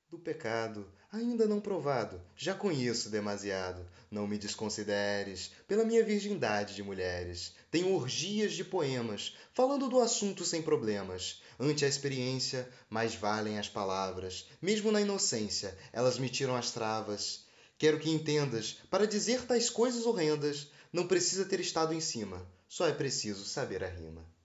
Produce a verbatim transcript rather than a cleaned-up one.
Do pecado, ainda não provado, já conheço demasiado. Não me desconsideres, pela minha virgindade de mulheres. Tenho orgias de poemas, falando do assunto sem problemas. Ante a experiência, mais valem as palavras. Mesmo na inocência, elas me tiram as travas. Quero que entendas, para dizer tais coisas horrendas, não precisa ter estado em cima, só é preciso saber a rima.